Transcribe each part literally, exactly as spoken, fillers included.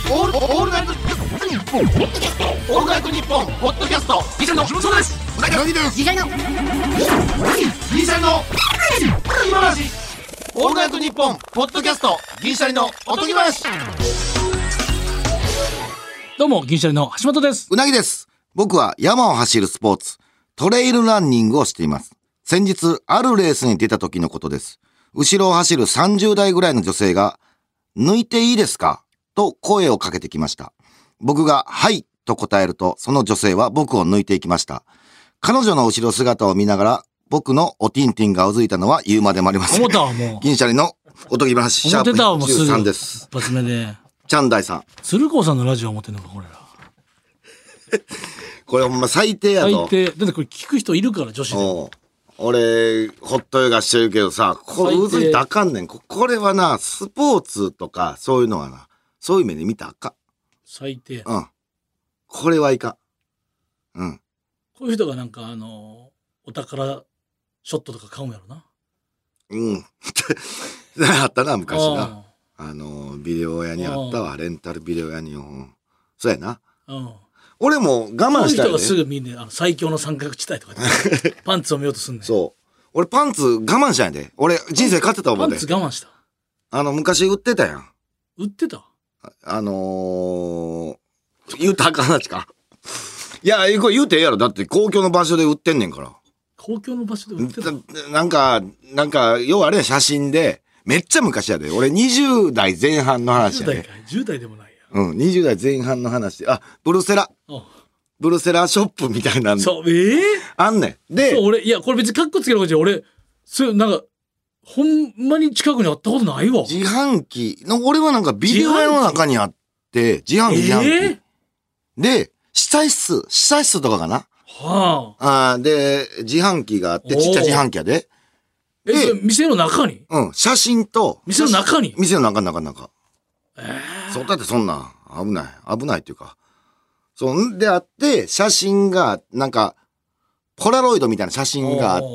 オールオールナイトニッポンオールナイトニッポンポッドキャストギシャリの木本そうですうなぎですギシャリのギシャリの今話オールナイトニッポンポッドキャストギシャリのおとぎ話。 どうも銀シャリの橋本です。 うなぎです。僕は山を走るスポーツトレイルランニングをしています。先日あるレースに出た時のことです。後ろを走るさんじゅう代ぐらいの女性が抜いていいですかと声をかけてきました。僕がはいと答えると、その女性は僕を抜いていきました。彼女の後ろ姿を見ながら僕のおティンティンがうずいたのは言うまでもありません。 思ったわもう銀シャリのおとぎ話シャープじゅうさんです。 一発目でチャンダイさん、 鶴光さんのラジオを持ってんのかこれらこれほんま最低やぞ。 最低だってこれ聞く人いるから女子で。 俺ホットヨガしてるけどさ、これうずいたらあかんねん。ここれはなスポーツとかそういうのはな、そういう目で見たらあかん。 最低。 うん、これはいかん。うん、 こういう人がなんかあのお宝ショットとか買うんやろな。 うんあったな昔な。あのビデオ屋にあったわ、レンタルビデオ屋に。うん、そうやな。うん、俺も我慢したいね。 そういう人がすぐ見んねん、あの最強の三角地帯とかでパンツを見ようとすんねん。 そう俺パンツ我慢したんやで。俺人生勝ってた思うで。 パンツ我慢した。 あの昔売ってたやん。 売ってたあ、あのー、言うたらあかん話か。いやこれ言うてええやろ。だって公共の場所で売ってんねんから。 公共の場所で売ってた。 なんかなんか要はあれや、写真でめっちゃ昔やで。俺にじゅう代前半の話やで。 じゅう代かい。じゅう代でもないや。 うん、にじゅう代前半の話で。あ、ブルセラ。ブルセラショップみたいなの。 そう、ええー、 あんねん。で、 そう、俺、いや、これ別にカッコつけるわけじゃ、俺、そう、なんか、ほんまに近くにあったことないわ。 自販機の、俺はなんかビデオ屋の中にあって、自販機、自販機。えー、で、試室、試室とかかな。はあ。あで、自販機があって、ちっちゃい自販機やで。 え、それ店の中に？ うん、写真と。 店の中に？ 店の中、中、中。 えー、そうだってそんな、危ない。危ないっていうか。そんであって、写真が、なんか、ポラロイドみたいな写真があって、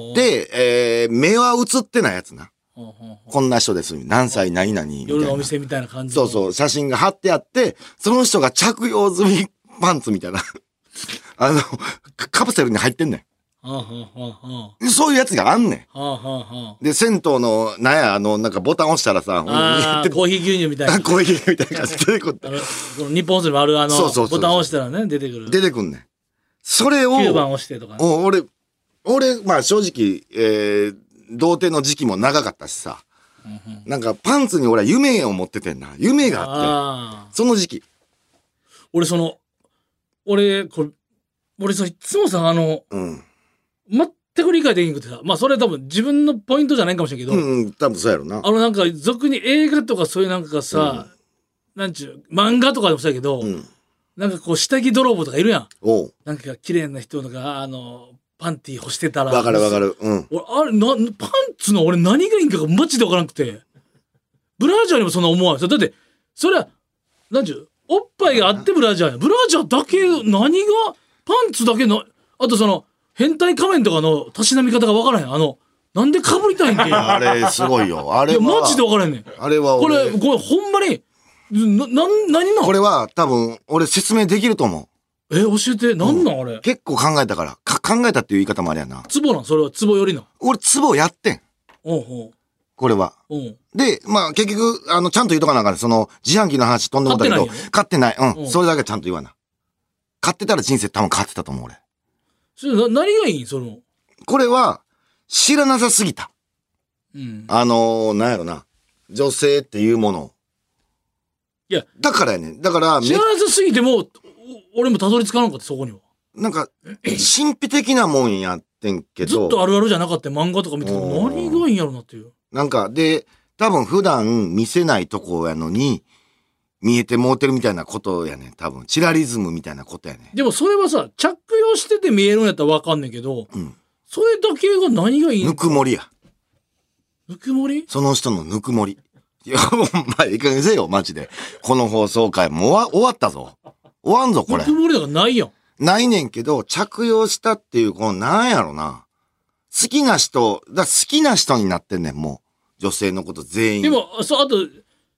えー、目は映ってないやつな。こんな人です。何歳何々みたいな。 夜のお店みたいな感じ。 そうそう、写真が貼ってあって、その人が着用済みパンツみたいな。あの、カプセルに入ってんねん。そういうやつがあんねん。で、銭湯の、なんや、あの、なんかボタン押したらさ、 あコーヒー牛乳みたいな。 コーヒー牛乳みたいな感じで出てくる。 日本水もあるあの、ボタン押したらね、出てくる。 出てくんねん。それを、 きゅうばん押してとか、ね。 俺、俺、まあ正直、えー、童貞の時期も長かったしさ、うんうん、なんかパンツに俺は夢を持っててんな。夢があって、その時期。 俺その、俺、これ、俺さ、いつもさ、あの、うん、全く理解できなくてさ、まあそれ多分自分のポイントじゃないかもしれんけど、 うん、多分そうやろな。 あのなんか俗に映画とかそういうなんかさ、うん、なんちゅう、漫画とかでもそうやけど、うん、なんかこう下着泥棒とかいるやん。おう、なんか綺麗な人とか、あの、パンティー干してたら。 わかるわかる。うん。 俺、あれ、な、パンツの俺何がいいんかがマジでわからなくて。ブラジャーにもそんな思わない。だって、それは、なんちゅう、おっぱいがあってブラジャーやん。ブラジャーだけ、何が、パンツだけの、あとその、変態仮面とかのたしなみ方がわからへん。あの、なんで被りたいんけあれ、すごいよ。あれは。 いや、マジでわからへんねん。 あれはこれ、これ、ほんまに、な、な、何なの？ これは、多分、俺説明できると思う。 え、教えて、なんなん、うん、あれ。 結構考えたから。か、考えたっていう言い方もあれやな。 ツボなん？それはツボよりな。 俺、ツボやってん。 おうおう。 これは。うん。で、まあ、結局、あの、ちゃんと言うとかなんかね、その、自販機の話飛んでもったけど、買ってない。うん。うん、それだけちゃんと言わな。買ってたら人生多分買ってたと思う、俺。 それ、な、何がいいんその。 これは、知らなさすぎた。うん。あのー、なんやろな。女性っていうものを。 いや。 だからやねん。だから、 知らなさすぎても、俺もたどり着かなかった、そこには。 なんか、神秘的なもんやってんけど。 ずっとあるあるじゃなかった漫画とか見てても何がいいんやろなっていう。 なんか、で、多分普段見せないとこやのに、見えてもうてるみたいなことやねん。多分。チラリズムみたいなことやねん。 でもそれはさ、着用してて見えるんやったらわかんねんけど、うん、それだけが何がいいの？ ぬくもりや。 ぬくもり？ その人のぬくもり。いや、もう、まあ、いい加減にせよ、マジで。この放送回、もう終わ、終わったぞ。終わんぞ、これ。 ぬくもりだからないやん。 ないねんけど、着用したっていう、この、なんやろな。好きな人、だ好きな人になってんねん、もう。女性のこと全員。 でも、そう、あと、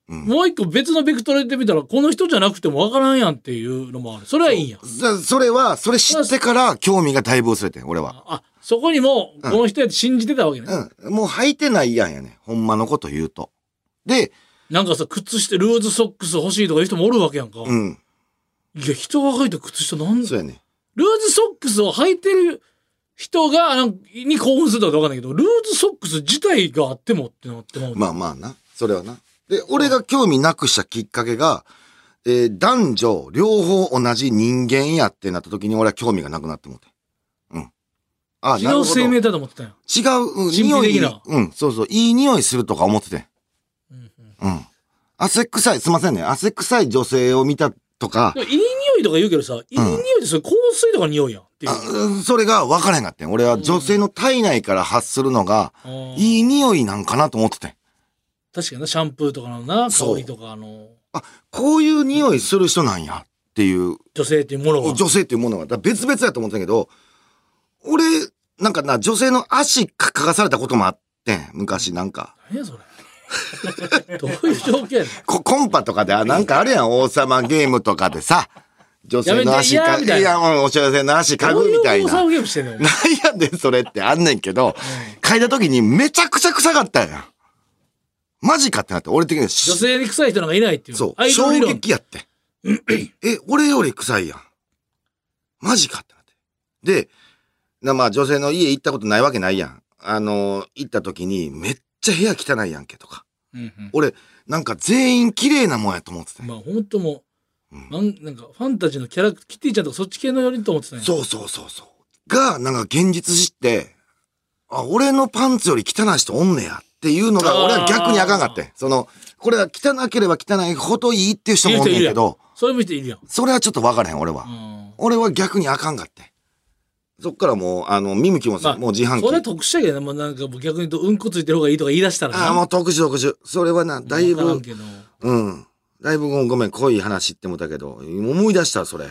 うん、 もう一個別のベクトルで見たらこの人じゃなくても分からんやんっていうのもある。それはいいんや。 そ, それはそれ知ってから興味がだいぶ薄れてん俺は。 あ、そこにもこの人やって信じてたわけね。 うん、もう履いてないやんやね、ほんまのこと言うと。でなんかさ、靴下ルーズソックス欲しいとかいう人もおるわけやんか。 うん。 いや、人が履いた靴下なんそうやね。 ルーズソックスを履いてる人がなんかに興奮するとかわかんないけど、ルーズソックス自体があってもってなっても。 まあまあな。それはな。で、俺が興味なくしたきっかけが、えー、男女両方同じ人間やってなった時に俺は興味がなくなって思って。うん。あ、 違う生命だと思ってたよ。 違う、うん、匂い、うん、そうそう、いい匂いするとか思ってて。うんうん。うん。汗臭い、すいませんね。汗臭い女性を見たとか。 いい匂いとか言うけどさ、いい匂いってそれ香水とか匂いやんっていう。 あ、それが分からへんかったん。俺は女性の体内から発するのが、いい匂いなんかなと思ってて。 確かにな、シャンプーとかのな、香りとかあの。 あ、こういう匂いする人なんやっていう。 女性っていうものが。 女性っていうものが。だ別々やと思ってたけど、俺、なんかな、女性の足かかされたこともあってん。昔なんか。 何やそれ。どういう状況やねん。 ココンパとかで、あ、なんかあるやん、王様ゲームとかでさ、女性の足か、いや、もう、お女性の足かぐみたいな。 どういう王様ゲームしてんの？ なんやねん、それってあんねんけど、嗅いだ時にめちゃくちゃ臭かったんや。マジかってなって、俺的には。 女性に臭い人なんかいないっていう。 そう。衝撃やって。え、俺より臭いやん。マジかってなって。で、なまあ女性の家行ったことないわけないやん。あの、行った時に、めっちゃ部屋汚いやんけとか。うんうん、俺、なんか全員綺麗なもんやと思ってた。 まあ本当もう、うん、なんかファンタジーのキャラクター、キティちゃんとかそっち系のよりと思ってたんや。 そうそうそうそう。が、なんか現実知って、あ、俺のパンツより汚い人おんねやっていうのが、俺は逆にあかんかって。その、これは汚ければ汚いほどいいっていう人もおんねんけど、 そういう人いるやん。 それはちょっと分からへん、俺は。俺は逆にあかんかって。そっからもう、あの、見向きもさ、まあ、もう自販機。 それは特殊やけどね、もうなんかもう逆に言うと、うんこついてる方がいいとか言い出したらな。 ああ、もう特殊特殊。それはな、だいぶ、うん。だいぶごめん、濃い話ってもたけど、思い出した、それ。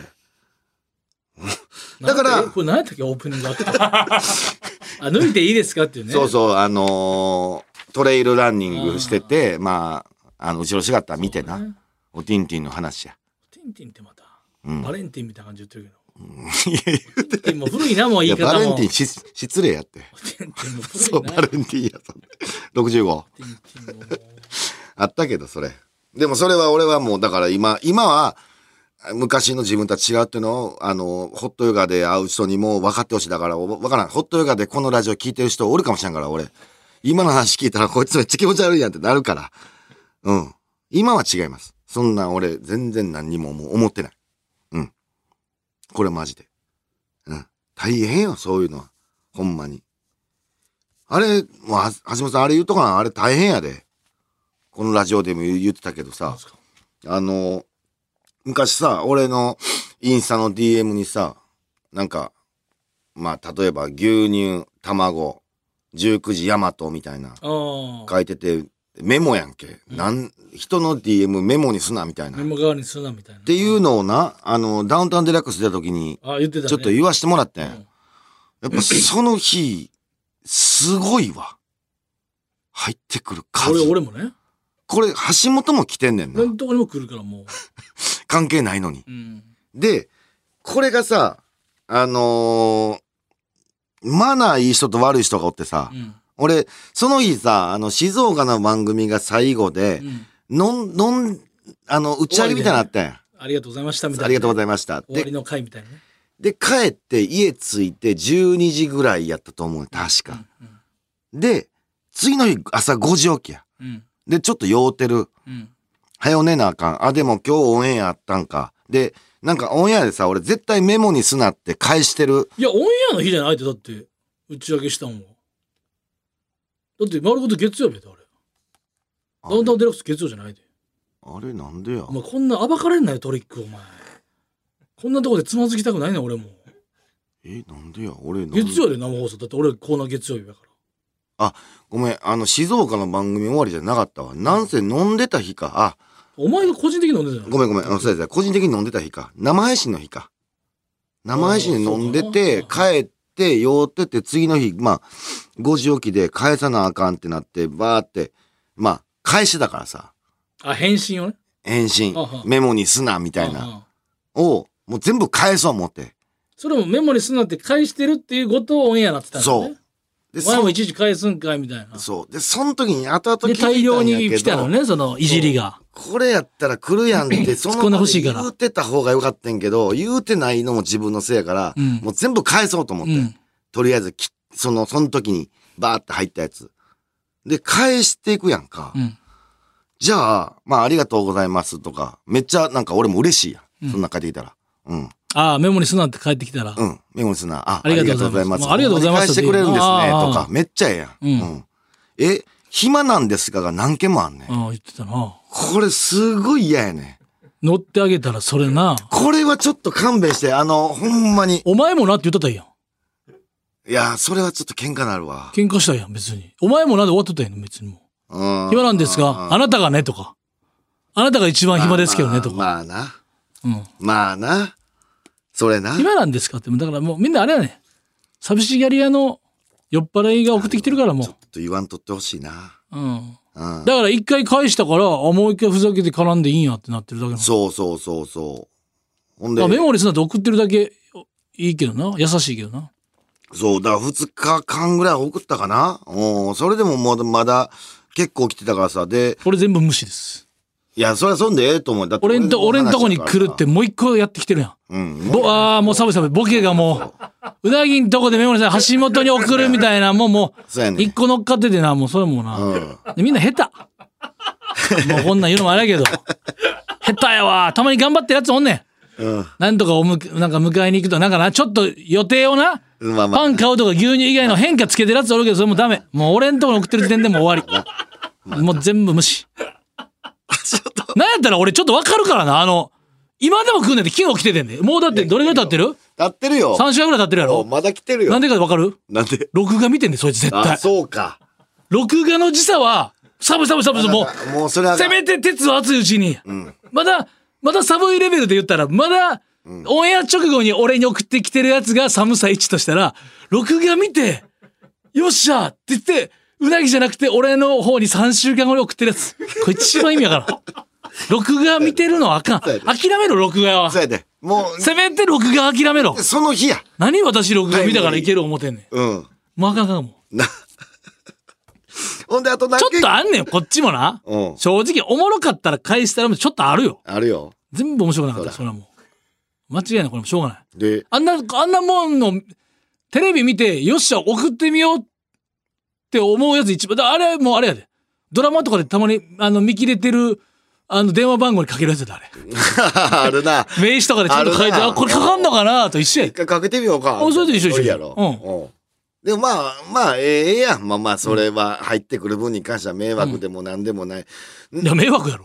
だから、 これ何やったっけ、オープニングあった。あ、抜いていいですかっていうね。 そうそう、あのー、トレイルランニングしてて、まあ、あの、後ろ姿見てな、ね、おティンティンの話や。 おティンティンってまた、うん、バレンティンみたいな感じで言ってるけど。 いや言うてもう古いなもう言い方も。 バレンティンし失礼やって。そうバレンティンやさん。ろくじゅうご。あったけどそれ。でもそれは俺はもうだから今今は昔の自分とは違うっていうのをあのホットヨガで会う人にも分かってほしい。だから分からん。ホットヨガでこのラジオ聞いてる人おるかもしれんから俺。今の話聞いたらこいつめっちゃ気持ち悪いやんってなるから。うん。今は違います。そんな俺全然何にももう思ってない。うん。これマジで。うん。大変よ、そういうのは。ほんまに。あれ、もう、橋本さん、あれ言うとかな、あれ大変やで。このラジオでも言ってたけどさ、あの、昔さ、俺のインスタの ディーエム にさ、なんか、まあ、例えば牛乳、卵、じゅうくじヤマトみたいな、書いてて、メモやんけ。うん、なん人の ディーエム メモにすなみたいな。 メモ側にすなみたいな。 っていうのをな、あの、ダウンタウンデラックス出た時に、 あ、言ってたね、 ちょっと言わしてもらってん。うん、やっぱその日、すごいわ。入ってくる数。 俺、俺もね。 これ、橋本も来てんねんな。 どこにも来るからもう。 関係ないのに。 うん、 で、これがさ、あのー、マナーいい人と悪い人がおってさ、うん、俺、その日さ、あの、静岡の番組が最後で、うん、のん、のん、あの、打ち上げみたいなのあったんや。 ありがとうございましたみたいな、ね。 ありがとうございました。 終わりの会みたいなね。 で、帰って家着いてじゅうにじぐらいやったと思う。確か。うんうん、で、次の日朝ごじ起きや。うん、で、ちょっと酔うてる。うん、早よ寝なあかん。あ、でも今日オンエアあったんか。で、なんかオンエアでさ、俺絶対メモにすなって返してる。 いや、オンエアの日じゃないって、だって、打ち上げしたんは。だって、丸ごと月曜日だ、あれ。ダウンタウンデラックス月曜じゃないで。 あれなんでや。 お前こんな暴かれんなよ、トリック、お前。こんなとこでつまずきたくないねん、俺も。 え、なんでや、俺なんで。月曜で生放送。だって俺コーナー月曜日だから。 あ、ごめん、あの、静岡の番組終わりじゃなかったわ。なんせ飲んでた日か。あ、 お前が個人的に飲んでたの？ ごめんごめん、あの、そうです。個人的に飲んでた日か。生配信の日か。生配信で飲んでて、帰って、酔ってて、次の日、まあ、ごじ起きで返さなあかんってなって、バーって、まあ、返してたからさ。 あ、返信をね。 返信ははメモにすなみたいはなはをもう全部返そう思ってそれもメモにすんなって返してるっていうことをオンエアなってたんだよね。 でお前もいちいち返すんかいみたいな。 そうでその時に後々気づで、 いたんやけど大量に来たのね、そのいじりが。 これやったら来るやんってそ突っ込んでのほしいから言うてた方がよかったんやけど言うてないのも自分のせいやから、 うんもう全部返そうと思って、 うんとりあえずきそのその時にバーって入ったやつで返していくやんか、 うん。 じゃあまあありがとうございますとかめっちゃなんか俺も嬉しいやん、 うんそんな書いてきたらうんああ、メモにすんなって帰ってきたら。 うんメモにすなあありがとうございますありがとうございますまあありがとうございます返してくれるんですねああとかめっちゃええやん、 うんえ暇なんですかが何件もあんねん、 ああ、言ってたな。 これすごい嫌やねん乗ってあげたらそれな。 これはちょっと勘弁してあのほんまにお前もなって言ってたやん。 いやそれはちょっと喧嘩なるわ喧嘩したやん、別に。お前もなで終わっとったやん、別にもうんう。暇なんですかあなたがね、とか。あなたが一番暇ですけどね、とか。 まあまあなうん。 まあなそれな暇なんですかって。だからもうみんなあれやねん。寂しがり屋の酔っ払いが送ってきてるからもちょっと言わんとってほしいなう。うん。 うんだから一回返したから、あ、もう一回ふざけて絡んでいいんやってなってるだけなの。 そうそうそうそうほんであメモリすなって送ってるだけいいけどな。優しいけどな。 そうだからふつかかんぐらい送ったかなうんそれでもまだまだ結構来てたからさで俺全部無視です。 いやそれはそんでええと思うだって俺んと、俺んとこに話だから来るってもう一個やってきてるやん。 うんぼああ、もうサブサブ、ボケがもう、うなぎんとこでメモリさん、橋本に送るみたいな、もうもう、 そうやねん一個乗っかっててな、もうそれもな。 うんでみんな下手。もうこんなん言うのもあれやけど。下手やわ。たまに頑張ってるやつおんねん。 うんなんとかおむ、なんか迎えに行くと、なんかな、ちょっと予定をな、 まあまあパン買うとか牛乳以外の変化つけてるやつおるけど、それもダメ。もう俺んとこに送ってる時点でもう終わり。もう全部無視。なんやったら俺ちょっとわかるからな、あの、今でも食うねんって昨日来ててんで。もうだってどれぐらい経ってる立ってるよ ?さん 週間ぐらい経ってるやろおまだ来てるよなんでかわかるなんで録画見てんで、そいつ絶あ対。 そうか録画の時差は、サブサブサブサブ、もう、 もうそれはせめて鉄を熱いうちに。 んまだ、まだ寒いレベルで言ったら、まだ、オンエア直後に俺に送ってきてるやつが寒さいちとしたら、録画見て、よっしゃって言って、うなぎじゃなくて俺の方にさんしゅうかん後に送ってるやつ。これ一番意味わからん。録画見てるのはあかん。 そうやで諦めろ、録画はそう。やでもうせめて録画諦めろ。 その日や何私録画見たからいける思ってんねん。 うんもうあかんあかんもう。 なほんであと何ちょ件っとあんねん、こっちもな。 うん正直おもろかったら返したらちょっとあるよ。 あるよ全部面白くなかった、そそうれはもう。間違いない、これもしょうがない。 であんな、あんなもんの、テレビ見て、よっしゃ、送ってみようって思うやつ一番、だあれもうあれやで。ドラマとかでたまに、あの、見切れてる、あの、電話番号にかけるやつだ、あれ。 あるな名刺とかでちゃんと書いて、 あるなあ、これかかんのかなと一緒や一。回かけてみようかあそれで一緒一緒いいやろうんでもまあまあええやんまあまあそれは入ってくる分に関しては迷惑でもなんでもない、 いや、迷惑やろ。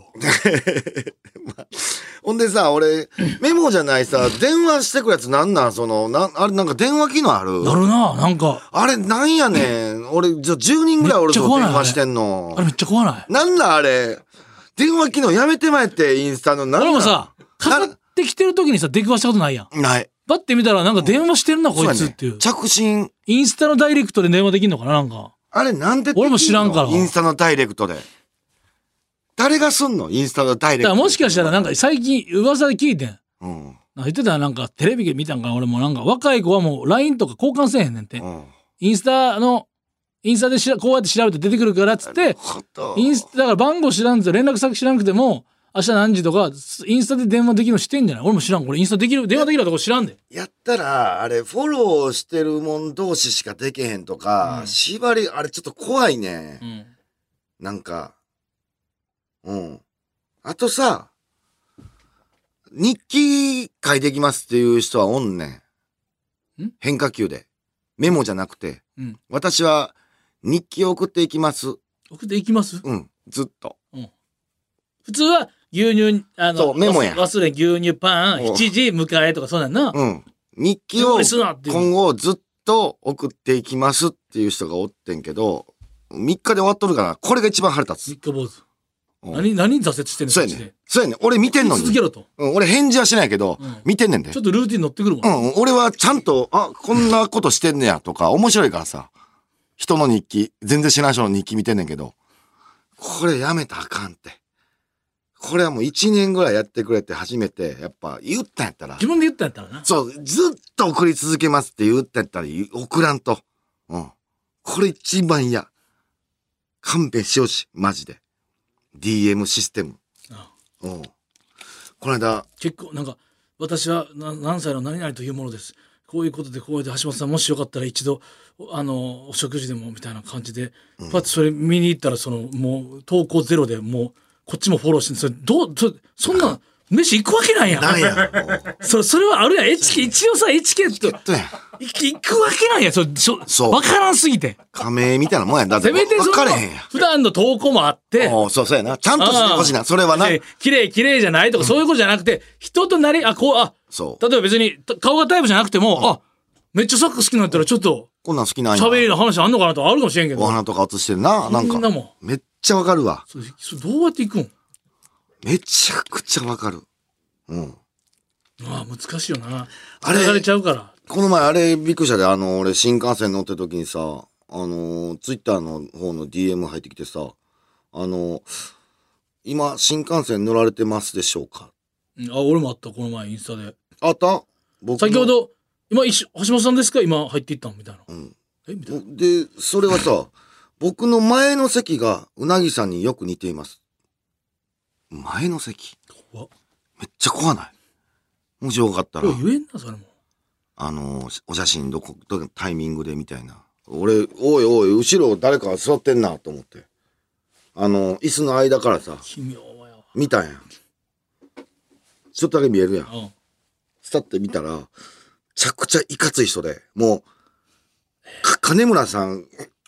ほんでさ俺メモじゃないさ電話してくるやつなんなんそのなあれなんか電話機能あるなるな、なんか、 あれなんやねん俺じゃじゅうにんぐらい俺とめっちゃ怖ない電話してんのあれめっちゃ怖ない。 なんだあれ電話機能やめてまえってインスタのなんなん俺もさ、かかってきてる時にさ、出くわしたことないやん。 ないパッて見たらなんか電話してるな、こいつっていう。 着信インスタのダイレクトで電話できんのかな、なんか。 あれなんでできんの俺も知らんからインスタのダイレクトで誰がすんのインスタのダイレクトだからもしかしたらなんか最近噂で聞いてん。 うんなんか言ってたらなんかテレビで見たんかな俺もなんか若い子はもう ライン とか交換せえへんねんって。 うんインスタの、インスタでしらこうやって調べて出てくるからっつって、 ほんとインスタ、だから番号知らんと連絡先知らんくても、明日何時とか、インスタで電話できるのしてんじゃない俺も知らん。俺インスタできる、電話できるとこ知らんで。 やったらあれフォローしてるもん同士しかできへんとか、 うん縛りあれちょっと怖いね、 うん。 なんかうんあとさ日記書いてきますっていう人はおんねんん変化球でメモじゃなくてうん。 私は日記を送っていきます送っていきますうんずっと普通は牛乳、あの、 そうメモや忘れ牛乳パン、 おしちじ迎えとかそうなんな。 うん日記をメモにすなっていう今後ずっと送っていきますっていう人がおってんけどみっかで終わっとるからこれが一番腹立つ三日坊主。 うん何、何挫折してんのそうやねんそうやねん俺見てんのに続けろと。 うん、俺返事はしないけど、 うん見てんねんでちょっとルーティン乗ってくるもん。 うん、俺はちゃんとあこんなことしてんねやとか面白いからさ人の日記全然知らない人の日記見てんねんけどこれやめたらあかんってこれはもういちねんぐらいやってくれて初めて、やっぱ言ったんやったら。 自分で言ったんやったらな。 そう、ずっと送り続けますって言ったんやったら送らんと。うん。これ一番嫌。勘弁しようし、マジで。ディーエム システム。ああ、うん。この間。 結構、なんか、私は何歳の何々というものです。こういうことで、こうやって橋本さんもしよかったら一度、あの、お食事でもみたいな感じで、うん、パッとそれ見に行ったら、その、もう、投稿ゼロでもう、こっちもフォローして、それ、どう、そそんな、飯行くわけないやん。 なんや。 それ、それはあるやん。エチケ、一応さ、エチケット。行くわけないやん。そそわからんすぎて。 加盟みたいなもんやん。だって、 せめてその、普段の投稿もあって。 そうそうやな。ちゃんとしてほしいな。それはな。 綺麗、綺麗じゃないとか、そういうことじゃなくて、人となり、あ、こう、あ、そう。例えば別に、顔がタイプじゃなくても、うん、あ、めっちゃサッカー好きになったらちょっと、 こんなん好きなんや。 喋りの話あんのかなとかあるかもしれんけど。 お花とか映してるな。なんか。めっちゃわかるわ。 それ、それどうやって行くん？ めちゃくちゃわかる。うん。 ああ、難しいよな。あれ、流れちゃうから。 この前、あれ、びっくりしたで、あの、俺、新幹線乗ってる時にさ、あの、ツイッターの方の ディーエム 入ってきてさ、あの、今、新幹線乗られてますでしょうか？ あ、俺もあった、この前、インスタで。 あった僕先ほど、今、一緒、橋本さんですか？今、入っていったんみたいな。うん。 えみたいな。で、それはさ、僕の前の席が、うなぎさんによく似ています。前の席。怖っ。めっちゃ怖ない？もしよかったら。 言えんな、それも。 あの、お写真どこ、どこタイミングでみたいな。俺、おいおい、後ろ誰か座ってんなと思って。あの、椅子の間からさ、 奇妙やわ。 見たんや。ちょっとだけ見えるやん。うん。スタッて見たら、めちゃくちゃいかつい人で、もう、か、金村さん、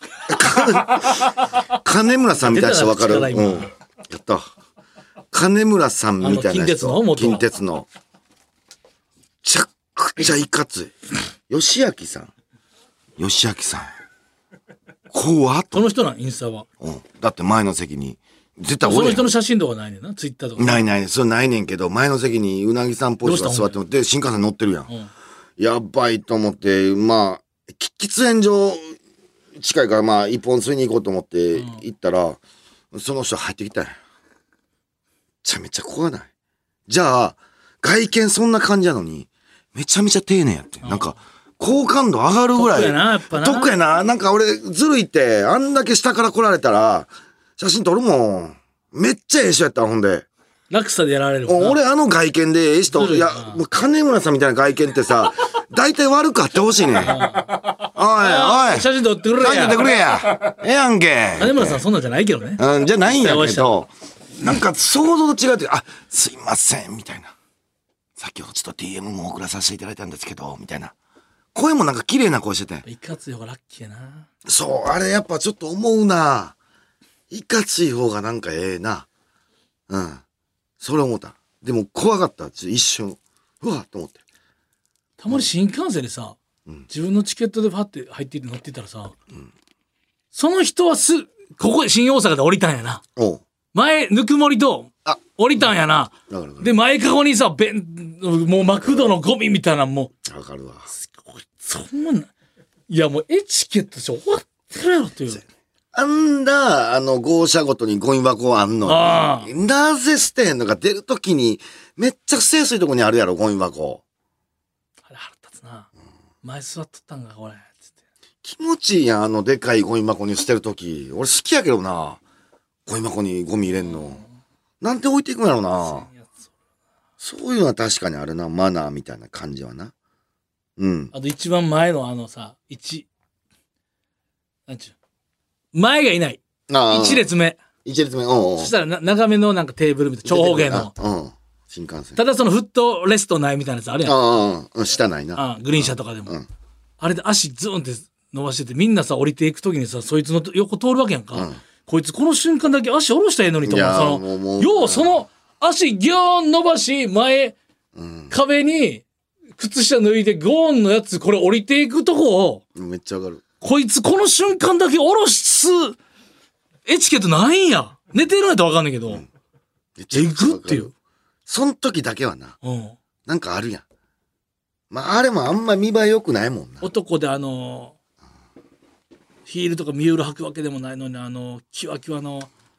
金村さんみたいな人わかる？うん。やった。金村さんみたいな人。近鉄の元近鉄の。めちゃくちゃいかつい。吉明さん。吉明さん。怖っと。 その人なん、インスタは。 うん。だって前の席に、絶対俺。その人の写真とかないねんな、ツイッターとか。 ないない、それないねんけど、前の席にうなぎさんっぽい人が座っても、で、新幹線乗ってるやん。うん、やばいと思って、まあ、喫煙所近いから、まあ、一本吸いに行こうと思って行ったら、うん、その人入ってきたんや。めちゃめちゃ怖ない。じゃあ、外見そんな感じなのに、めちゃめちゃ丁寧やって。なんか、好感度上がるぐらい。 得やな、やっぱな。 得やな。なんか俺、ずるいって、あんだけ下から来られたら、写真撮るもん。めっちゃええ人やった、ほんで。 落差でやられるもんな。 俺、あの外見でええ人、いや、もう金村さんみたいな外見ってさ、大体悪くあってほしいねん。おい、おい。 写真撮ってくれや。 写真撮ってくれや。ええやんけ。 金村さんそんなんじゃないけどね。 うん、じゃないんやけど、なんか想像と違うって、あ、すいません、みたいな。先ほどちょっと ディーエム も送らさせていただいたんですけど、みたいな。声もなんか綺麗な声してて。 いかつい方がラッキーやな。 そう、あれやっぱちょっと思うな。いかつい方がなんかええな。うん。それ思った。でも怖かった。一瞬。うわっと思って。 たまに新幹線でさ、うん、自分のチケットでパッて入って乗ってたらさ、うん、その人はす、ここで新大阪で降りたんやな。おう前、ぬくもりと、降りたんやな。で、前かごにさ、べん、もうマクドのゴミみたいなもう。 わかるわ。 そんな、いやもうエチケットして終わってるやろっていう。 あんな、あの、号車ごとにゴミ箱あんのに。なぜ捨てへんのか出るときに、めっちゃ不正水とこにあるやろ、ゴミ箱。 あれ腹立つな。うん、前座っとったんか、これ。つって。 気持ちいいやん、あの、でかいゴミ箱に捨てるとき。俺好きやけどな。ゴミ箱にゴミ入れんの。うん、なんて置いていくんやろな。そういうのは確かにあるな、マナーみたいな感じはな。うん。 あと一番前のあのさ、一、なんちゅう。前がいない。一列目。 一列目、おうおう。 そしたらな、長めのなんかテーブルみたいな、長方形の。 うん。新幹線。 ただそのフットレストないみたいなやつあるやん。 ああ、下ないな。 あグリーン車とかでも。うん、あれで足ズーンって伸ばしてて、みんなさ、降りていくときにさ、そいつの横通るわけやんか。うん、こいつこの瞬間だけ足下ろしたらええのにと思う。その、ようその足ギョーン伸ばし、前、うん、壁に、靴下脱いでゴーンのやつこれ降りていくとこをめっちゃ上がるこいつこの瞬間だけ下ろすエチケットないんや寝てるんやったら分かんないけど、うん、えぐっていうそん時だけはな、 うん、 なんかあるやんまああれもあんま見栄え良くないもんな男であのヒールとかミュール履くわけでもないのにあのキワキワの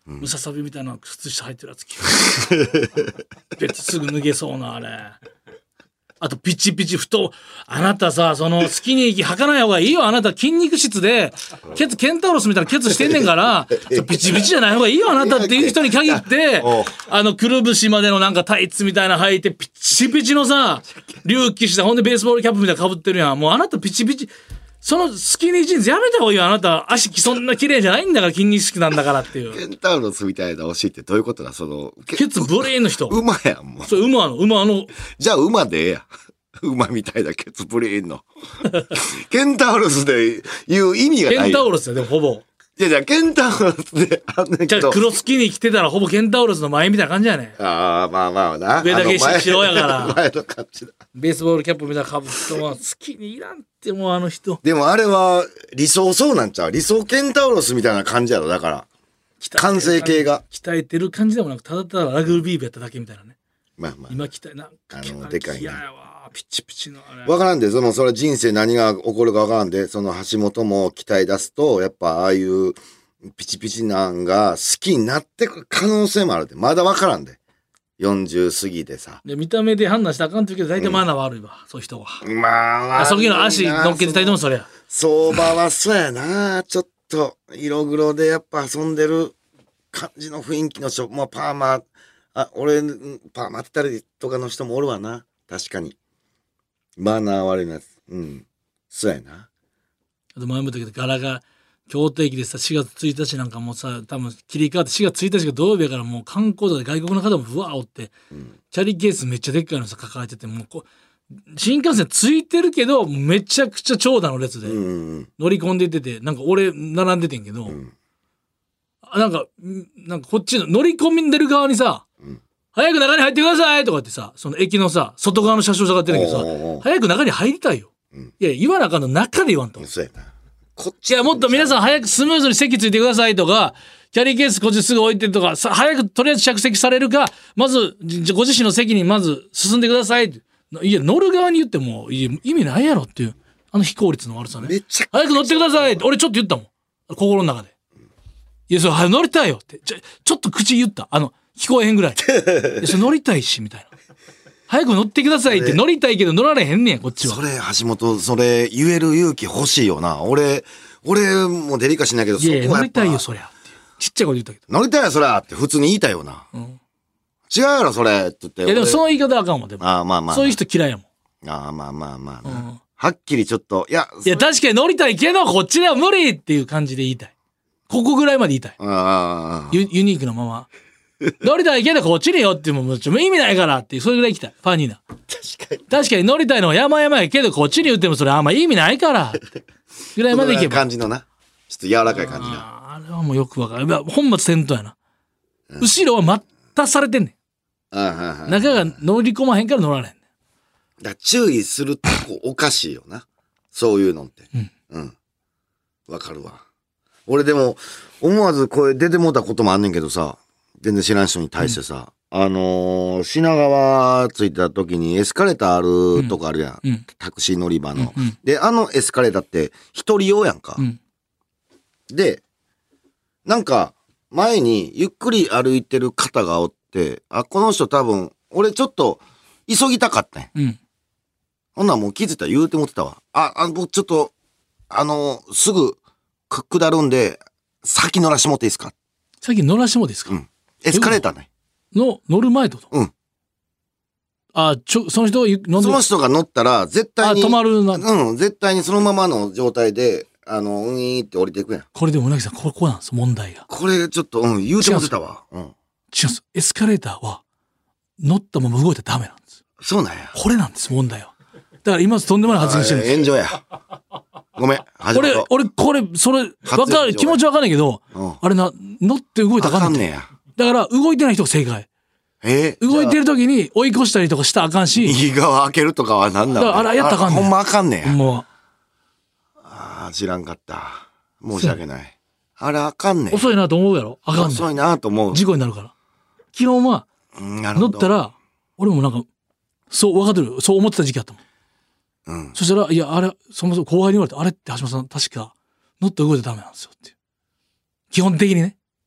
ムササビみたいな靴下履いてるやつ着る別すぐ脱げそうなあれ。あとピチピチ太、あなたさ、そのスキニー履かない方がいいよ。あなた筋肉質でケツケンタウロスみたいなケツしてんねんからピチピチじゃない方がいいよあなたっていう人に限ってあのくるぶしまでのなんかタイツみたいな履いてピチピチのさ隆起したほんでベースボールキャップみたいな被ってるやん。もうあなたピチピチそのスキニージーンズやめた方がいいよ。あなた足そんな綺麗じゃないんだから筋肉質なんだからっていう。 ケンタウロスみたいなお尻ってどういうことだそのケツブリーンの人。 馬やんもう。 それ馬の馬の。 じゃあ馬でええや。馬みたいなケツブリーンの。ケンタウロスで言う意味がない。 ケンタウロスだよでもほぼ。 いやじゃあケンタウロスであんねんけど。 じゃあ黒スキニー着てたらほぼケンタウロスの前みたいな感じやね。 ああまあまあな。 上だけ白やから。 前の感じだ。 ベースボールキャップみたいなかぶってもスキニーいらんってもうあの人。 でもあれは理想そうなんちゃう理想ケンタウロスみたいな感じやろだから。完成形が。 鍛えてる感じでもなくただただラグビー部やっただけみたいなね。 まあまあ。 今鍛えなんかあのでかいね。 いやわ。ピチピチのあれ分からんでそのそれ人生何が起こるか分からんでその橋本も鍛え出すとやっぱああいうピチピチなんが好きになってくる可能性もあるでまだ分からんでよんじゅう過ぎでさで見た目で判断したらあかんって言うけど大体マナー悪いわ、うん、そういう人はまあその時の足乗っけてたりともそれや相場はそうやなちょっと色黒でやっぱ遊んでる感じの雰囲気の人もうパーマあ俺パーマってたりとかの人もおるわな確かにマナー悪いやつ。うん。そうやな。 あと前も言ったけど、柄が京都駅でさ、しがつついたちなんかもさ、多分切り替わってしがつついたちが土曜日やからもう観光とかで外国の方もうわーおって、うん、キャリーケースめっちゃでっかいのさ抱えてて、もうこう、新幹線ついてるけど、めちゃくちゃ長蛇の列で乗り込んでいってて、なんか俺並んでてんけど、うん、なんか、なんかこっちの乗り込んでる側にさ、うん早く中に入ってくださいとかってさ、その駅のさ、外側の車掌さがってるけどさ、早く中に入りたいよ。うん、いや、言わなあかんの中で言わんと。 そうやな。 こっちいや、もっと皆さん早くスムーズに席ついてくださいとか、キャリーケースこっちすぐ置いてとか、さ早くとりあえず着席されるか、まず、ご自身の席にまず進んでくださいって。いや、乗る側に言っても、いや意味ないやろっていう、あの非効率の悪さね。 めっちゃ早く乗ってくださいって、俺ちょっと言ったもん。心の中で。いや、それ、早く乗りたいよって。ちょ、ちょっと口言った。あの、聞こえへんぐらい。それ乗りたいし、みたいな。早く乗ってくださいって乗りたいけど乗られへんねん、こっちは。 それ、橋本、それ言える勇気欲しいよな。俺、俺もデリカしないけど、 いやいや乗りたいよ、そりゃ。ちっちゃい声で言ったけど。 乗りたいよ、そりゃって普通に言いたいよな。うん、違うやろ、それって言って。 いや、でもその言い方はあかんわ、でも。 ああ、まあまあ。 そういう人嫌いやもん。 ああ、まあまあまあ、うん。はっきりちょっと、いや、 いや、確かに乗りたいけど、こっちでは無理っていう感じで言いたい。ここぐらいまで言いたい。あユ, ユニークなまま。乗りたいけどこっちによってももうちょ意味ないからっていうそれぐらい行きたいファニーな確かに確かに乗りたいのは山々やけどこっちに言ってもそれあんま意味ないからぐらいまでいけば感じのなちょっと柔らかい感じなあ, あれはもうよくわかる本末転倒やな、うん、後ろは待たされてんねんああ中が乗り込まへんから乗られへんねんだ注意するとこおかしいよなそういうのってうんうんわかるわ俺でも思わず声出てもうたこともあんねんけどさ全然知らん人に対してさ、うん、あのー、品川着いた時にエスカレーターあるとこあるやん、うん、タクシー乗り場の、うんうん、であのエスカレーターって一人用やんか、うん、でなんか前にゆっくり歩いてる方がおってあこの人多分俺ちょっと急ぎたかったん、うん、ほんならもう気づいたら言うてもってたわああ僕ちょっとあのー、すぐ下るんで先乗らしてもっていいですか先乗らしてもいいですか、うんエスカレーターね。 の、乗る前ってこと？ うん。 あ、ちょ、その人乗んでその人が乗ったら、絶対に。 あ、止まるな。 うん、絶対にそのままの状態で、あの、ういーって降りていくやん。 これでもうなぎさん、ここなんです、問題が。 これちょっと、うん、言うてもってたわ。うん。違うんです。エスカレーターは、乗ったまま動いたらダメなんです。 そうなんや。 これなんです、問題は。だから今、とんでもない発言してるんです。 炎上や。ごめん。 俺、俺、これ、それ、わかる、気持ちわかんないけど、うん、あれな、乗って動いたらあかんねん。あかんねや。だから動いてない人が正解。えー、動いてる時に追い越したりとかしたらあかんし。 右側開けるとかは何なの？ だからあれやったらあかんねん。 ほんまあかんねんや。 ほんまは。 ああ、知らんかった。申し訳ない。あれあかんねん。 遅いなと思うやろ？あかんねん。 遅いなと思う。 事故になるから。基本は、乗ったら、俺もなんか、そう分かってる。そう思ってた時期あったもん。うん。そしたら、いや、あれ、そもそも後輩に言われて、あれって橋本さん確か乗って動いてダメなんですよっていう。基本的にね。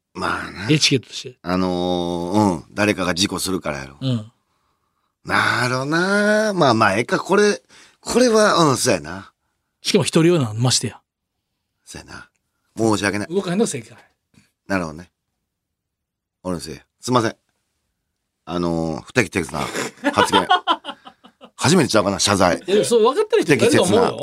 まあな。 エチケットとして。 あのー、うん。誰かが事故するからやろ。 うん。 なるほどな。まあまあ、ええか、これ、これは、うん、そうやな。 しかも一人用なの、ましてや。 そうやな。申し訳ない。 動かへんの正解。 なるほどね。俺のせい。すいません。あのー、不適切な発言。初めてちゃうかな、謝罪。 いや、そう、分かってる人いると思うよ。 うん、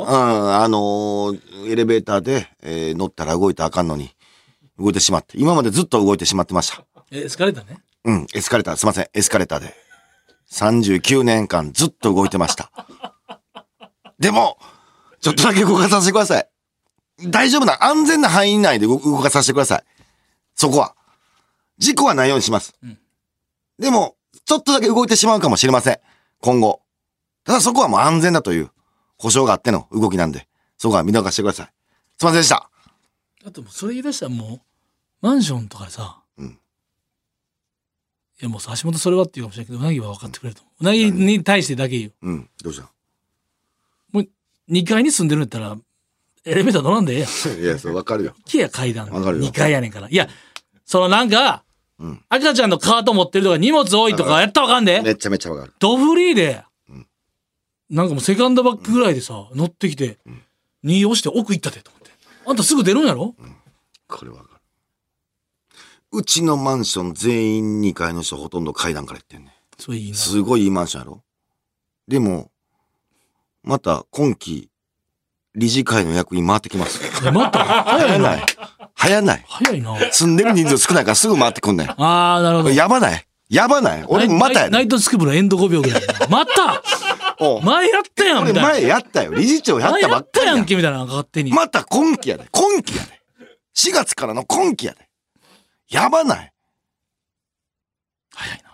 あのー、エレベーターで、えー、乗ったら動いたらあかんのに、動いてしまって。今までずっと動いてしまってました。 エスカレーターね。 うん、エスカレーター、すいません、エスカレーターで。さんじゅうきゅうねんかんずっと動いてました。でも、ちょっとだけ動かさせてください。大丈夫な、安全な範囲内で動かさせてください。そこは。事故はないようにします。うん、でも、ちょっとだけ動いてしまうかもしれません。今後。ただそこはもう安全だという保証があっての動きなんで、そこは見逃してください。すいませんでした。 あともうそれ言い出したらもう、マンションとかでさ、うん、いやもう橋本それはって言うかもしれないけど、うなぎは分かってくれると思う。うなぎに対してだけ言う。 うん、どうした？ もうにかいに住んでるんやったら、エレベーター乗らんでええやん。 いや、それ分かるよ。 木や階段。 分かるよ。 にかいやねんから。いや、そのなんか、うん、赤ちゃんのカート持ってるとか荷物多いとかやったらわかんで。 めっちゃめちゃわかる。 ドフリーで、うん、なんかもうセカンドバッグぐらいでさ、うん、乗ってきて、うん、に押して奥行ったでと思って。あんたすぐ出るんやろ、うん、 これわかる。うちのマンション全員にかいの人ほとんど階段から行ってんね。 それいいな。 すごいいいマンションやろ。でも、また今期、理事会の役員回ってきます。 え、また早いな。 早ない。 早いな。 住んでる人数少ないからすぐ回ってくんねん。 ああ、なるほど。 やばない。やばない。俺またやねん。 ナイトスクープのエンドごびょうぐらい。また前やったやんみたいな。 前やったよ。理事長やったばっかりやん。 前やったやんけみたいな、勝手に。 また今期やで。今期やで。しがつからの今期やで。やばない。 早いな。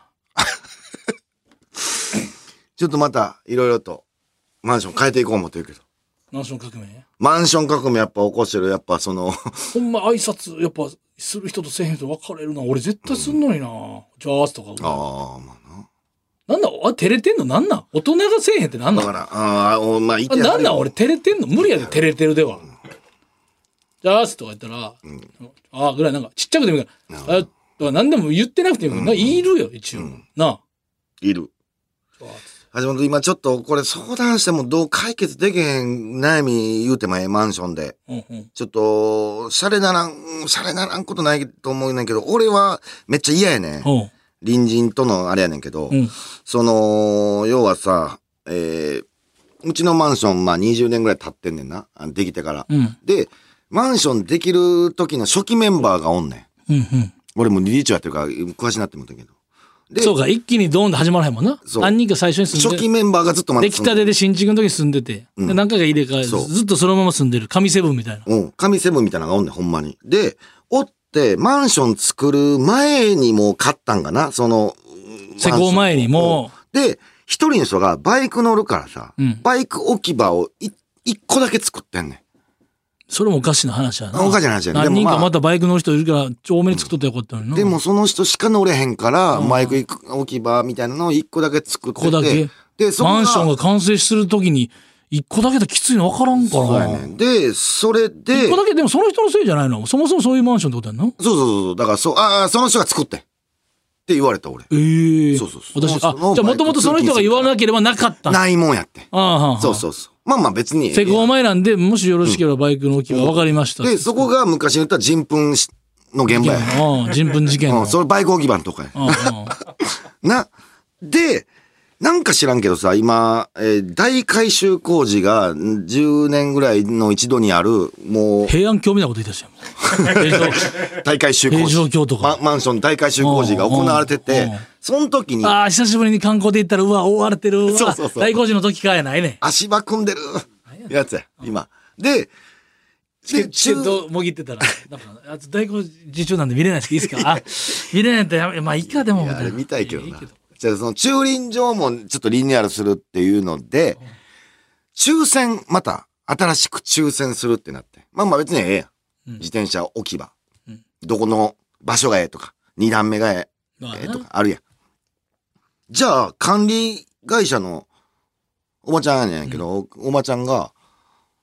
ちょっとまた、いろいろと、マンション変えていこう思ってるけど。 マンション革命マンション革命やっぱ起こしてる、やっぱその。 ほんま挨拶、やっぱ、する人とせえへん人分かれるな。俺絶対すんのにな。うん、ジャースとか。ああ、まあな。なんだ、あ、照れてんのなんなん、大人がせえへんってなんなん、だから、ああ、まあ、いてなんなん俺照れてんの無理やで、照れてるでは。うん、ジャースとか言ったら、うん、ああ、ぐらいなんか、ちっちゃくてもいいから、あとか何でも言ってなくてもいい、うん、いるよ、一応。うん、なあ。いる。橋本、今ちょっとこれ相談してもどう解決できへん悩み言うてもええマンションで。うんうん、ちょっと、シャレならん、シャレならんことないと思うねんけど、俺はめっちゃ嫌やねん。隣人とのあれやねんけど、うん、その、要はさ、えー、うちのマンション、まあにじゅうねんぐらい経ってんねんな。できてから。うん、で、マンションできる時の初期メンバーがおんねん。うんうん、俺も理事長やってるから詳しいなって思ったけど。 そうか、一気にドーンと始まらへんもんな。何人か最初に住んで初期メンバーがずっと待って出来たてで新築の時に住んでて、うん、で何回か入れ替えずっとそのまま住んでる神セブンみたいな。 うん、神セブンみたいなのがおんねん、ほんまに。で、おって、マンション作る前にもう買ったんかな、その、 施工前にも。 で、一人の人がバイク乗るからさ、うん、バイク置き場をい一個だけ作ってんねん。 それもおかしな話やな。 おかしな話やね。 何人かまたバイク乗る人いるから、多めに作っとったらよかったのにな。 でもその人しか乗れへんから、バイク置き場みたいなのを一個だけ作ってて。 一個だけで、そマンションが完成するときに、一個だけできついの分からんから。そうやね。 で、それで。 一個だけでもその人のせいじゃないの？そもそもそういうマンションってことやんの？ そうそうそう。だからそう、ああ、その人が作って。って言われた俺。 ええー。そうそうそう。私、あ、じゃあもともとその人が言わなければなかった。 ないもんやって。ああ、はあ。そうそうそう。まあまあ別に。 施工前なんで、もしよろしければバイクの置き場分かりました、 うん。で、そこが昔言った人糞の現場や。 ああ、人糞事件の。 うん、それバイク置き場のとかや。ああな、で、なんか知らんけどさ、今、えー、大改修工事がじゅうねんぐらいの一度にある、もう。 平安京みたいなこと言い出したよ。 大改修工事。 平城京とか、 ま。マンション大改修工事が行われてて、その時に。 ああ、久しぶりに観光で行ったら、うわ、覆われてる。そうそうそう。大工事の時かやないね。 足場組んでるやつや、今。で、 チケットもぎってたら、なんか、あと大工事中なんで見れないですけど、いいですか？あ、見れないとやめ、まあいいかでも。いや、あれ見たいけどな。じゃあその駐輪場もちょっとリニューアルするっていうので、抽選、また新しく抽選するってなって。まあまあ別にええやん。うん、自転車置き場、うん。どこの場所がええとか、二段目がええ、ええとかあるやん。じゃあ管理会社のおばちゃんやねんけど、うん、おばちゃんが、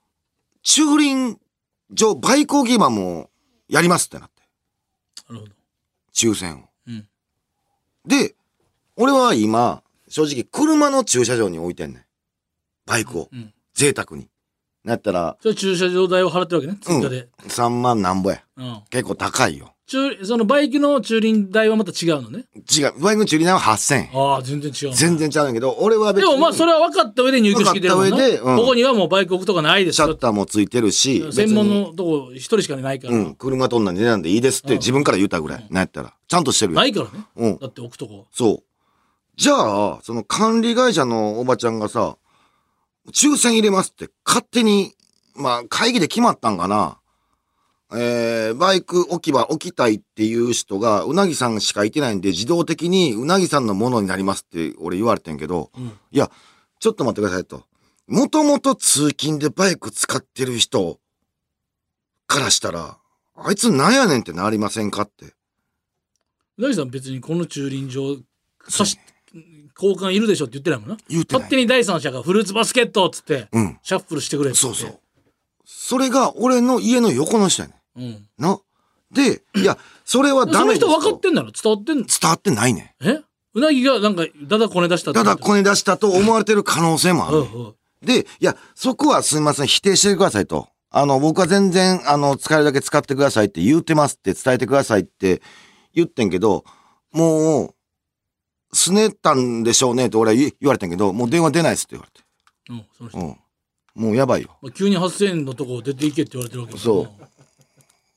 駐輪場、バイク置き場もやりますってなって。なるほど。 抽選を。 うん。 で、俺は今、正直車の駐車場に置いてんねん。バイクを。 うん。 贅沢に。なったら、 それ駐車場代を払ってるわけね、追加で。 うん、さんまんなんぼや。 うん。 結構高いよ。 そのバイクの駐輪代はまた違うのね。 違う。バイクの駐輪代ははっせんえん。 ああ、全然違う。 全然違うんだけど、俺は別に。 でもまあ、それは分かった上で入居してきてるもんな。 分かった上で、うん、 ここにはもうバイク置くとかないですシャッターもついてるし。 専門のとこ一人しかないから。 うん。車とんなんで値段でいいですって自分から言うたぐらい。なんやったら。ちゃんとしてるよ。 ないからね。 うん。 だって置くとこ。 そう。じゃあ、その管理会社のおばちゃんがさ、抽選入れますって勝手に、まあ会議で決まったんかな。えー、バイク置き場置きたいっていう人がうなぎさんしかいてないんで自動的にうなぎさんのものになりますって俺言われてんけど、うん、いや、ちょっと待ってくださいと。もともと通勤でバイク使ってる人からしたら、あいつなんやねんってなりませんかって。 うなぎさん別にこの駐輪場さし交換いるでしょって言ってないもんな。 言ってない。 勝手に第三者がフルーツバスケットっつって、うん、シャッフルしてくれって。 そうそう。それが俺の家の横の人やねん。うん。な。で、いや、それはダメですと。 その人分かってんだろ？伝わってんの？ 伝わってないねん。え？うなぎがなんか、だだこね出したって。 だだこね出したと思われてる可能性もある、ね。うんうん。で、いや、そこはすみません、否定してくださいと。あの、僕は全然、あの、使えるだけ使ってくださいって言うてますって伝えてくださいって言ってんけど、もう、すねったんでしょうねって俺は言われてんけど、もう電話出ないっすって言われて。うん、その人。うん。もうやばいよ。 まあ、急にはっせんえんのとこ出ていけって言われてるわけだから。 そう。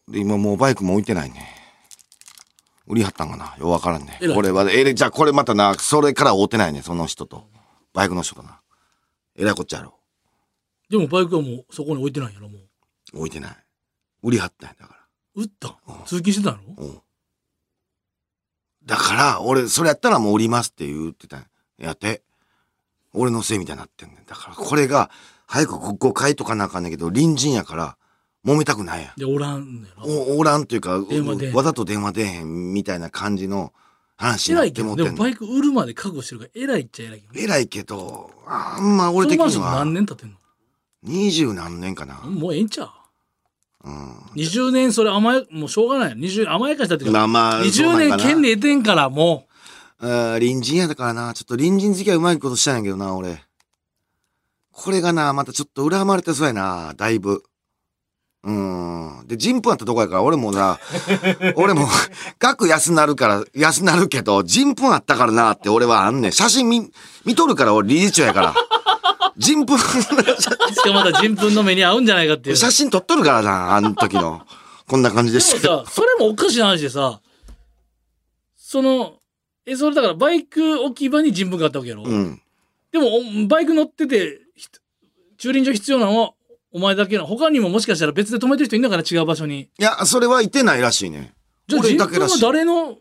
で、今もうバイクも置いてないね。売りはったんかなようわからんね。これは、え、じゃあこれまたな、それから会うてないね、その人と。バイクの人とな。えらいこっちゃやろ。 でもバイクはもうそこに置いてないんやろ、もう。置いてない。売りはったんやだから。 売った、うん、通勤してたの？うん。 だから、俺、それやったらもう売りますって言ってたんやって。俺のせいみたいになってんねん。だから、これが、早くごかいとかなあかんねんけど、隣人やから、揉めたくないやん。 で、おらんねやろ。お、おらんっていうか、わざと電話出へんみたいな感じの話になってもってんの。 でもバイク売るまで覚悟してるから、偉いっちゃ偉いけど。 偉いけど、あんま俺的には。 そのマンション何年経ってんの？ 二十何年かな。 もうええんちゃう？うん。にじゅうねんそれ甘や、もうしょうがない。にじゅう甘やかしたっていうか。まあまあ、にじゅうねん権利得てんから、もう。隣人やだからな。ちょっと隣人付きはうまいことしたんやけどな、俺。これがな、またちょっと恨まれてそうやな、だいぶ。うん。で、人糞あったとこやから、俺もな、俺も、額安なるから、安なるけど、人糞あったからなって俺はあんねん。写真見、見とるから俺理事長やから。人糞。 いつかまだ人糞の目に合うんじゃないかっていう。 写真撮っとるからな、あの時の。こんな感じでした。 でもさ、それもおかしな話でさ、その、え、それだからバイク置き場に人糞があったわけやろ。うん。でも、バイク乗ってて、駐輪場必要なのはお前だけな。他にももしかしたら別で止めてる人いんだから違う場所に。 いや、それはいてないらしいね。 じゃあ人糞は誰の？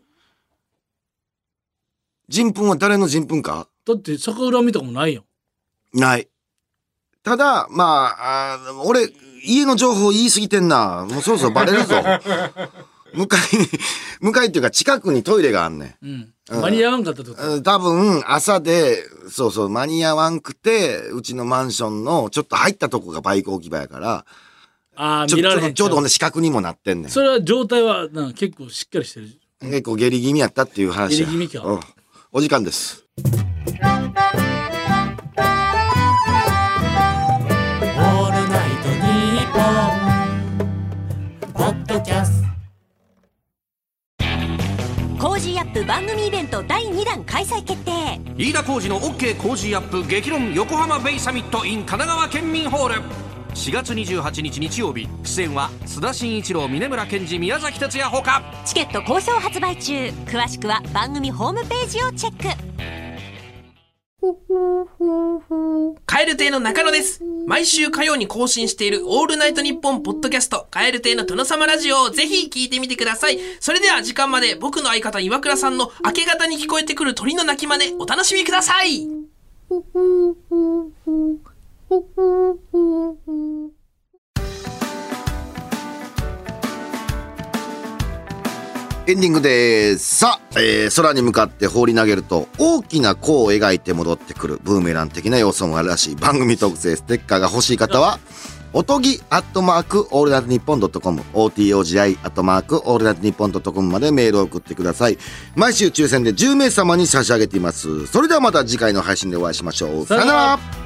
人糞は誰の人糞か？ だって逆恨みとかもないよ。 ない。ただ、まあ、あ俺、家の情報言い過ぎてんな。もうそろそろバレるぞ。向かいに、向かいっていうか近くにトイレがあんねん。 うんうん、間に合わんかったってこと？ 多分、朝で、そうそう、間に合わんくて、うちのマンションのちょっと入ったとこがバイク置き場やから、 ああ、見られへん。 ちょうどね、死角にもなってんねん。 それは状態はなんか結構しっかりしてる。 結構下痢気味やったっていう話や。 下痢気味か。 うん。お時間です。オールナイトニッポンポッドキャストコージーアップ番組イベントだいにだん開催決定。 飯田浩司の OK コージーアップ激論横浜ベイサミット in 神奈川県民ホールしがつにじゅうはちにち日曜日。出演は須田慎一郎、峯村健二、宮崎哲也ほか。 チケット好評発売中。詳しくは番組ホームページをチェック。 蛙亭の中野です。毎週火曜に更新しているオールナイトニッポンポッドキャスト蛙亭の殿様ラジオをぜひ聞いてみてください。それでは時間まで僕の相方岩倉さんの明け方に聞こえてくる鳥の鳴き真似お楽しみください。 エンディングです。さあ、えー、空に向かって放り投げると大きな弧を描いて戻ってくるブーメラン的な要素もあるらしい番組特製ステッカーが欲しい方はおとぎアットマークオールナイトニッポンドットコム オーティーオージーアイ アットマークオールナイトニッポンドットコムまでメールを送ってください。毎週抽選でじゅうめいさまに差し上げています。それではまた次回の配信でお会いしましょう。さよなら。